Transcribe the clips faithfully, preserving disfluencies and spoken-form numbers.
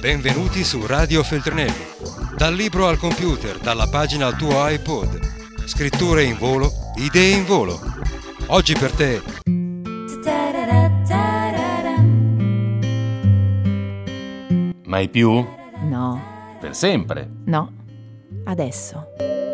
Benvenuti su Radio Feltrinelli. Dal libro al computer, dalla pagina al tuo iPod. Scritture in volo, idee in volo. Oggi per te. Mai più? No. Per sempre? No. Adesso.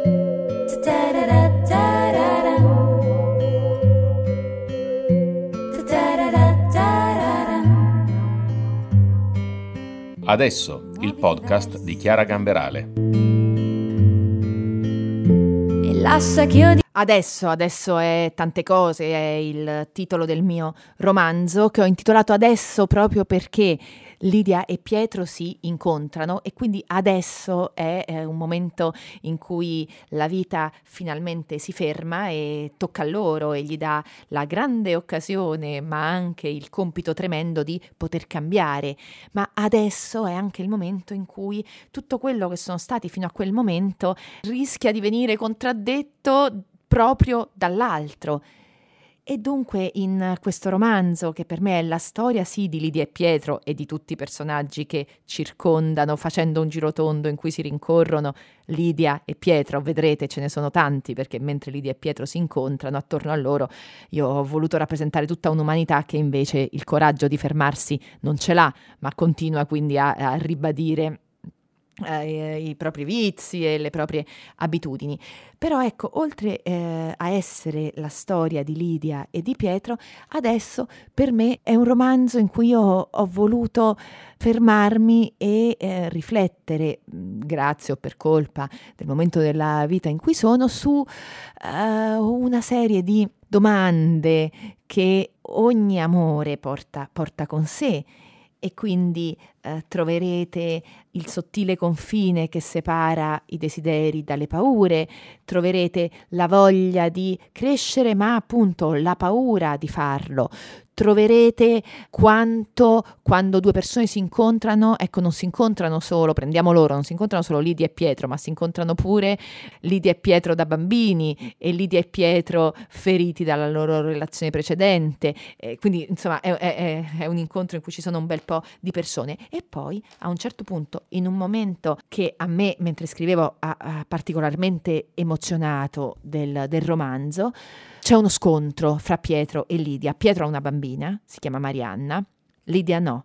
Adesso, il podcast di Chiara Gamberale. E lascia che io di- Adesso, adesso è tante cose, è il titolo del mio romanzo che ho intitolato Adesso proprio perché Lidia e Pietro si incontrano e quindi adesso è eh, un momento in cui la vita finalmente si ferma e tocca a loro e gli dà la grande occasione ma anche il compito tremendo di poter cambiare. Ma adesso è anche il momento in cui tutto quello che sono stati fino a quel momento rischia di venire contraddetto proprio dall'altro. E dunque in questo romanzo, che per me è la storia sì di Lidia e Pietro e di tutti i personaggi che circondano facendo un girotondo in cui si rincorrono Lidia e Pietro, vedrete ce ne sono tanti perché mentre Lidia e Pietro si incontrano attorno a loro io ho voluto rappresentare tutta un'umanità che invece il coraggio di fermarsi non ce l'ha, ma continua quindi a, a ribadire Eh, i propri vizi e le proprie abitudini. Però ecco, oltre eh, a essere la storia di Lidia e di Pietro, adesso per me è un romanzo in cui io ho, ho voluto fermarmi e eh, riflettere, grazie o per colpa del momento della vita in cui sono, su eh, una serie di domande che ogni amore porta, porta con sé. E quindi eh, troverete il sottile confine che separa i desideri dalle paure, troverete la voglia di crescere ma appunto la paura di farlo, troverete quanto quando due persone si incontrano, ecco non si incontrano solo, prendiamo loro, non si incontrano solo Lidia e Pietro, ma si incontrano pure Lidia e Pietro da bambini e Lidia e Pietro feriti dalla loro relazione precedente, eh, quindi insomma è, è, è un incontro in cui ci sono un bel po' di persone e poi a un certo punto, in un momento che a me mentre scrivevo ha, ha particolarmente emozionato del, del romanzo, c'è uno scontro fra Pietro e Lidia. Pietro ha una bambina, si chiama Marianna, Lidia no.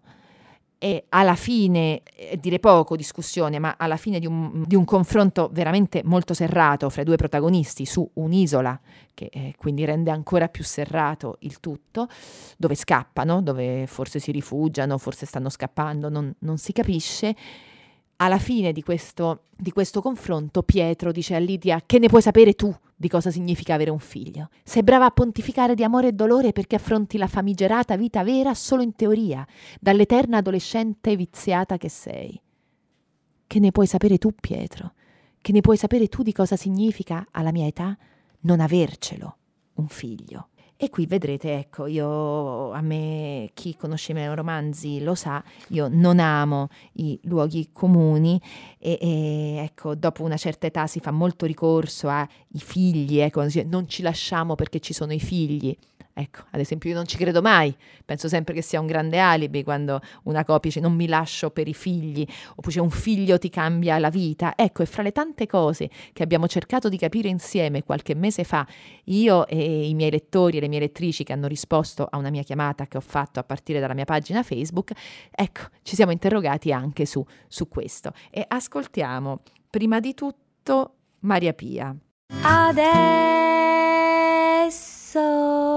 E alla fine, eh, dire poco discussione, ma alla fine di un, di un confronto veramente molto serrato fra i due protagonisti su un'isola, che eh, quindi rende ancora più serrato il tutto, dove scappano, dove forse si rifugiano, forse stanno scappando, non, non si capisce. Alla fine di questo, di questo confronto Pietro dice a Lidia: che ne puoi sapere tu di cosa significa avere un figlio? Sei brava a pontificare di amore e dolore perché affronti la famigerata vita vera solo in teoria, dall'eterna adolescente viziata che sei. Che ne puoi sapere tu, Pietro? Che ne puoi sapere tu di cosa significa, alla mia età, non avercelo, un figlio? E qui vedrete, ecco, io, a me, chi conosce i miei romanzi lo sa, io non amo i luoghi comuni e, e ecco, dopo una certa età si fa molto ricorso ai figli, ecco, non ci lasciamo perché ci sono i figli. Ecco, ad esempio io non ci credo mai, penso sempre che sia un grande alibi quando una coppia dice non mi lascio per i figli, oppure un figlio ti cambia la vita. Ecco, e fra le tante cose che abbiamo cercato di capire insieme qualche mese fa, io e i miei lettori e le mie lettrici che hanno risposto a una mia chiamata che ho fatto a partire dalla mia pagina Facebook, ecco, ci siamo interrogati anche su, su questo. E ascoltiamo prima di tutto Maria Pia. Adesso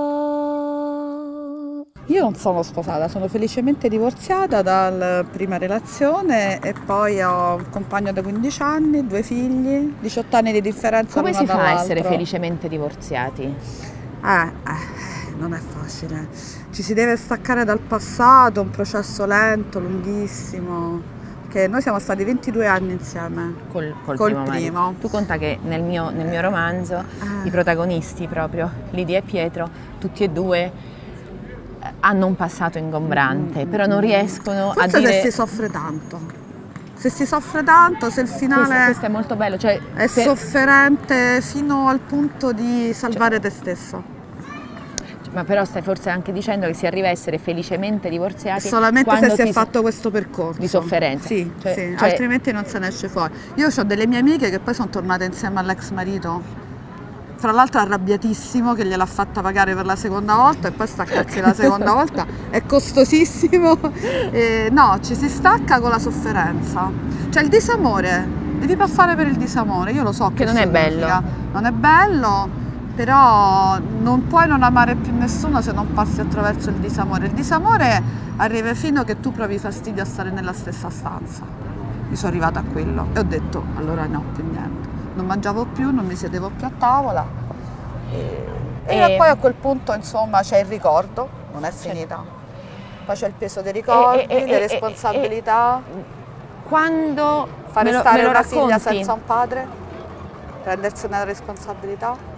io non sono sposata, sono felicemente divorziata dalla prima relazione e poi ho un compagno da quindici anni, due figli, diciotto anni di differenza. Come l'una si fa a dall'altro. essere felicemente divorziati? Eh, eh, non è facile. Ci si deve staccare dal passato, un processo lento, lunghissimo. Che noi siamo stati ventidue anni insieme Col, col, col primo, primo. Tu conta che nel mio, nel mio romanzo eh. i protagonisti proprio, Lidia e Pietro, tutti e due hanno un passato ingombrante, mm, però non riescono Forse a dire... se si soffre tanto. Se si soffre tanto, se il finale questo, questo è molto bello, cioè, è per... sofferente fino al punto di salvare cioè, te stesso. Ma però stai forse anche dicendo che si arriva a essere felicemente divorziati solamente se si è si... fatto questo percorso di sofferenza. Sì, cioè, sì. Cioè... altrimenti non se ne esce fuori. Io ho delle mie amiche che poi sono tornate insieme all'ex marito, fra l'altro arrabbiatissimo che gliel'ha fatta pagare per la seconda volta e poi staccarsi la seconda volta è costosissimo. E no, ci si stacca con la sofferenza. Cioè il disamore, devi passare per il disamore, io lo so che, che non significa. è bello. Non è bello. Però non puoi non amare più nessuno se non passi attraverso il disamore. Il disamore arriva fino a che tu provi fastidio a stare nella stessa stanza. Io sono arrivata a quello e ho detto allora no, più niente. Non mangiavo più, non mi sedevo più a tavola e, e... e poi a quel punto insomma c'è il ricordo, non è finita. Poi c'è il peso dei ricordi, e, e, delle responsabilità. E, e, quando fare lo, stare una racconti? figlia senza un padre, prendersene la responsabilità.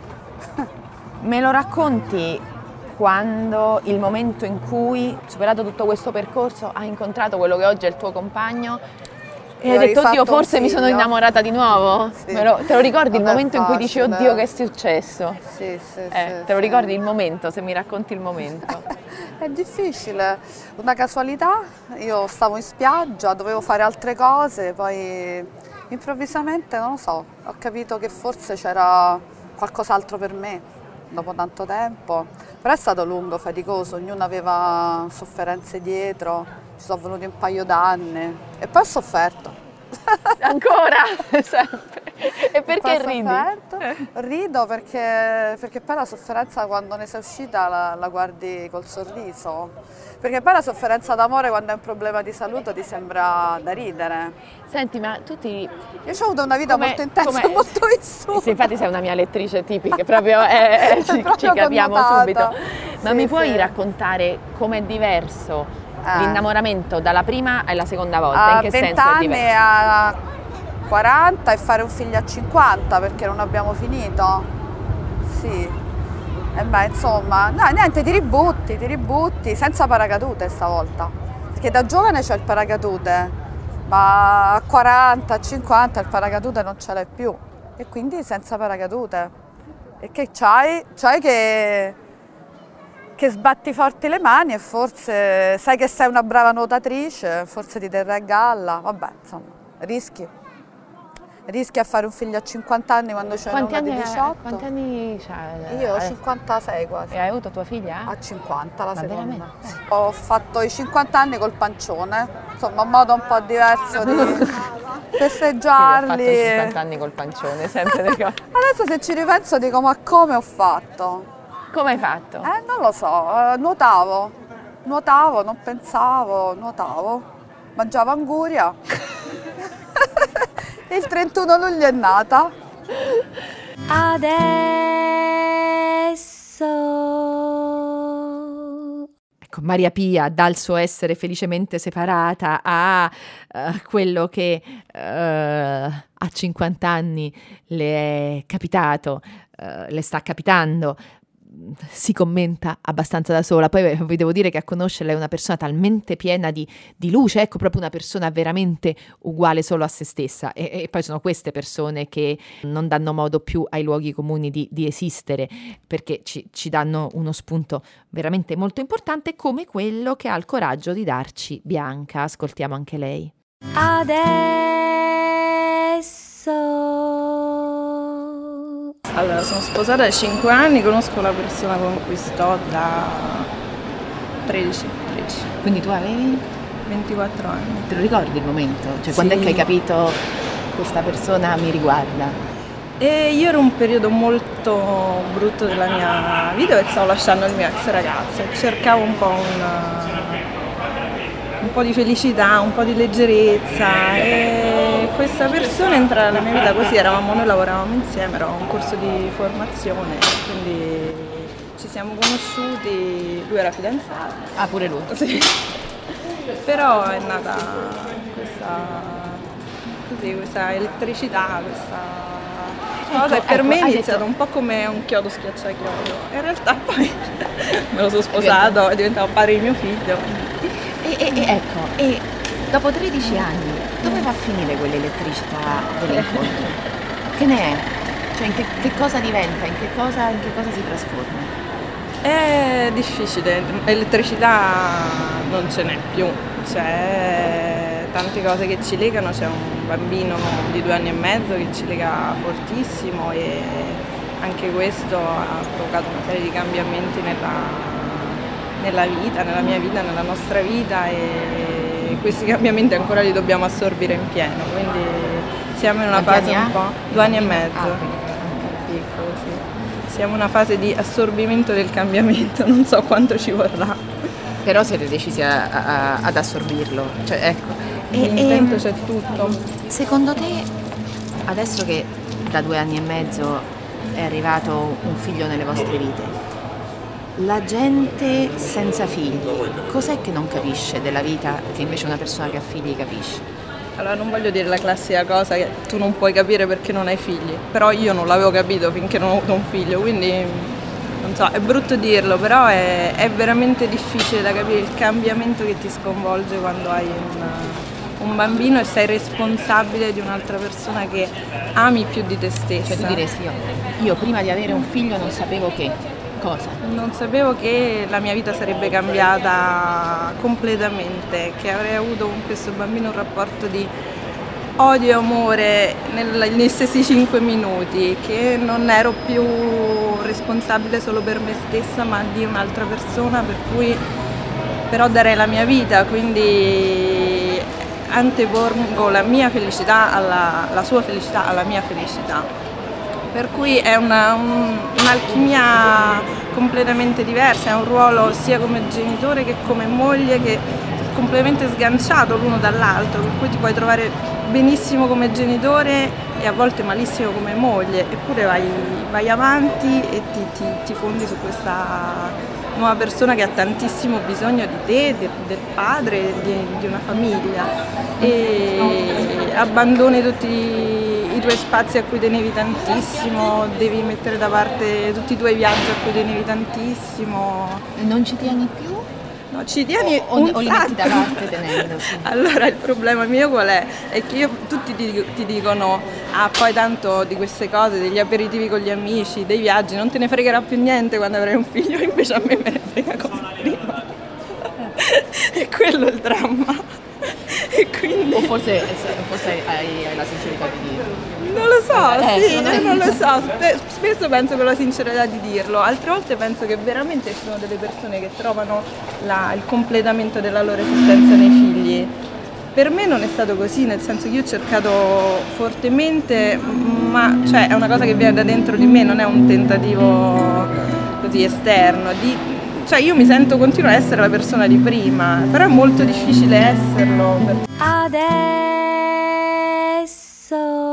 Me lo racconti quando il momento in cui, superato tutto questo percorso, hai incontrato quello che oggi è il tuo compagno e hai detto oddio forse mi sono innamorata di nuovo? Sì. Me lo, te lo ricordi non il momento in cui dici oddio che è successo? Sì, sì, eh, sì, te lo sì. ricordi il momento, se mi racconti il momento? È difficile, una casualità, io stavo in spiaggia, dovevo fare altre cose, poi improvvisamente, non lo so, ho capito che forse c'era qualcos'altro per me dopo tanto tempo, però è stato lungo, faticoso, ognuno aveva sofferenze dietro, ci sono venuti un paio d'anni e poi ho sofferto. Ancora? Sempre. E perché ridi? Sofferto. Rido perché, perché poi la sofferenza quando ne sei uscita la, la guardi col sorriso, perché poi la sofferenza d'amore quando è un problema di salute ti sembra da ridere. Senti, ma tu ti... Io ho avuto una vita come, molto intensa, come... molto vissuta. Sì, infatti sei una mia lettrice tipica, proprio, eh, eh, ci, proprio ci capiamo connotata. subito. Ma sì, mi puoi sì. raccontare com'è diverso eh. l'innamoramento dalla prima alla seconda volta? In che senso è diverso? A quaranta e fare un figlio a cinquanta perché non abbiamo finito. Sì. E beh, insomma, no, niente, ti ributti, ti ributti, senza paracadute stavolta. Perché da giovane c'è il paracadute, ma a quaranta, a cinquanta il paracadute non ce l'hai più. E quindi senza paracadute. E che c'hai? C'hai che, che sbatti forti le mani e forse sai che sei una brava nuotatrice, forse ti terrai a galla. Vabbè, insomma, rischi. Rischi a fare un figlio a cinquanta anni quando c'è una di diciotto. Quanti anni c'hai? Io ho cinquantasei quasi. E hai avuto tua figlia? A cinquanta la Ma seconda. veramente? Ho fatto i cinquanta anni col pancione, insomma un modo un po' diverso di festeggiarli. Sì, ho fatto cinquanta anni col pancione, sempre le cose. Adesso se ci ripenso dico ma come ho fatto? Come hai fatto? Eh non lo so, eh, nuotavo, nuotavo, non pensavo, nuotavo, mangiavo anguria. Il trentuno luglio è nata. Adesso. Ecco, Maria Pia, dal suo essere felicemente separata a uh, quello che uh, a cinquanta anni le è capitato, uh, le sta capitando, si commenta abbastanza da sola. Poi vi devo dire che a conoscerla è una persona talmente piena di, di luce, ecco, proprio una persona veramente uguale solo a se stessa, e, e poi sono queste persone che non danno modo più ai luoghi comuni di, di esistere, perché ci, ci danno uno spunto veramente molto importante, come quello che ha il coraggio di darci Bianca. Ascoltiamo anche lei. Adesso. Allora, sono sposata da cinque anni, conosco la persona con cui sto da tredici. Quindi tu avevi? ventiquattro anni. Te lo ricordi il momento? Cioè, Sì. quando è che hai capito questa persona mi riguarda? E io ero un periodo molto brutto della mia vita perché stavo lasciando il mio ex ragazzo e cercavo un po' una, un po' di felicità, un po' di leggerezza, e questa persona entra nella mia vita così. Eravamo, noi lavoravamo insieme, era un corso di formazione, quindi ci siamo conosciuti, lui era fidanzato. Ah, pure lui? Sì. Però è nata questa, così, questa elettricità, questa cosa, Ecco, e per ecco, me è hai iniziato detto- un po' come un chiodo schiacciachiodo. In realtà poi me lo sono sposato, è diventato padre di mio figlio. E, e, e ecco, e dopo tredici anni, dove va a finire quell'elettricità dell'incontro? Che ne è? Cioè, in che, che cosa diventa? In che cosa, in che cosa si trasforma? È difficile, elettricità non ce n'è più, c'è tante cose che ci legano, c'è un bambino di due anni e mezzo che ci lega fortissimo e anche questo ha provocato una serie di cambiamenti nella, nella vita, nella mia vita, nella nostra vita e questi cambiamenti ancora li dobbiamo assorbire in pieno, quindi siamo in una Quanti fase anni un po'... due anni e mezzo, Ah, piccolo, sì. Siamo in una fase di assorbimento del cambiamento, non so quanto ci vorrà. Però siete decisi a, a, ad assorbirlo, cioè, ecco. L'intento c'è tutto. Secondo te, adesso che da due anni e mezzo è arrivato un figlio nelle vostre vite, la gente senza figli, cos'è che non capisce della vita che invece una persona che ha figli capisce? Allora non voglio dire la classica cosa che tu non puoi capire perché non hai figli, però io non l'avevo capito finché non ho avuto un figlio, quindi non so, è brutto dirlo, però è, è veramente difficile da capire il cambiamento che ti sconvolge quando hai un, un bambino e sei responsabile di un'altra persona che ami più di te stessa. Cioè tu diresti io, io prima di avere un figlio non sapevo che cosa? Non sapevo che la mia vita sarebbe cambiata completamente, che avrei avuto con questo bambino un rapporto di odio e amore nel, nei stessi cinque minuti, che non ero più responsabile solo per me stessa ma di un'altra persona per cui però darei la mia vita, quindi antepongo la mia felicità alla la sua felicità alla mia felicità. Per cui è una, un, un'alchimia completamente diversa, è un ruolo sia come genitore che come moglie che è completamente sganciato l'uno dall'altro, per cui ti puoi trovare benissimo come genitore e a volte malissimo come moglie, eppure vai, vai avanti e ti, ti, ti fondi su questa nuova persona che ha tantissimo bisogno di te, de, del padre, di, di una famiglia e abbandoni tutti i tuoi spazi a cui tenevi tantissimo, devi mettere da parte tutti i tuoi viaggi a cui tenevi tantissimo. Non ci tieni più? No, ci tieni o, un o li metti da parte tenendo? Sì. Allora il problema mio qual è? È che io, tutti ti, ti dicono ah poi tanto di queste cose, degli aperitivi con gli amici, dei viaggi, non te ne fregherà più niente quando avrai un figlio, invece a me me ne frega come prima. È quello il dramma. E quindi... O forse, forse hai, hai la sincerità di dirlo. Non lo so, eh, sì, eh, non lo so, spesso penso con la sincerità di dirlo, altre volte penso che veramente ci sono delle persone che trovano la, il completamento della loro esistenza nei figli. Per me non è stato così, nel senso che io ho cercato fortemente, ma cioè, è una cosa che viene da dentro di me, non è un tentativo così esterno, di, cioè io mi sento, continuo a essere la persona di prima, però è molto difficile esserlo. Per... Adesso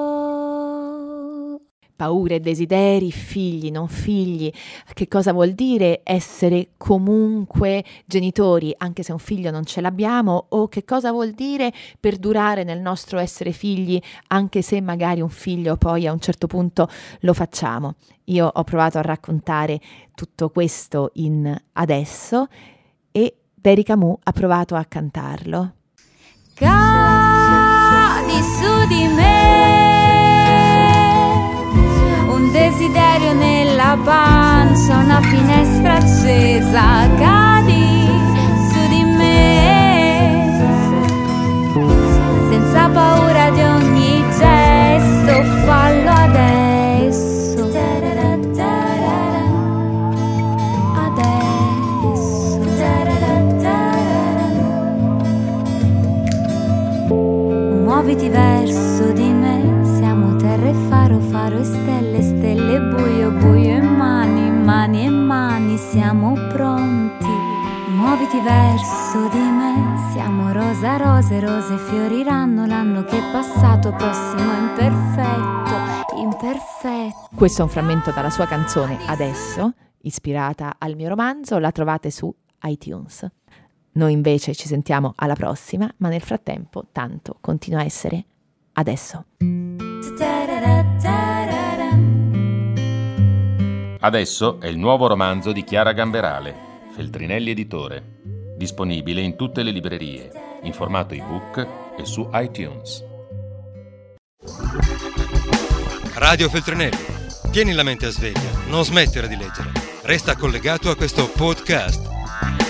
paure, desideri, figli, non figli, che cosa vuol dire essere comunque genitori anche se un figlio non ce l'abbiamo, o che cosa vuol dire perdurare nel nostro essere figli anche se magari un figlio poi a un certo punto lo facciamo. Io ho provato a raccontare tutto questo in Adesso e Barry Camus ha provato a cantarlo. Cadi su di me, un desiderio nella pancia, una finestra accesa, cadi su di me, senza paura di ogni gesto, fallo adesso, adesso, muoviti verso di me, siamo terra e faro, faro e stelle, stelle, buio, buio e mani, mani e mani, siamo pronti. Muoviti verso di me, siamo rosa, rose, rose fioriranno l'anno che è passato, prossimo imperfetto, imperfetto. Questo è un frammento dalla sua canzone Adesso, ispirata al mio romanzo, la trovate su iTunes. Noi invece ci sentiamo alla prossima, ma nel frattempo tanto continua a essere Adesso. Adesso è il nuovo romanzo di Chiara Gamberale, Feltrinelli Editore, disponibile in tutte le librerie, in formato ebook e su iTunes. Radio Feltrinelli, tieni la mente a sveglia, non smettere di leggere. Resta collegato a questo podcast.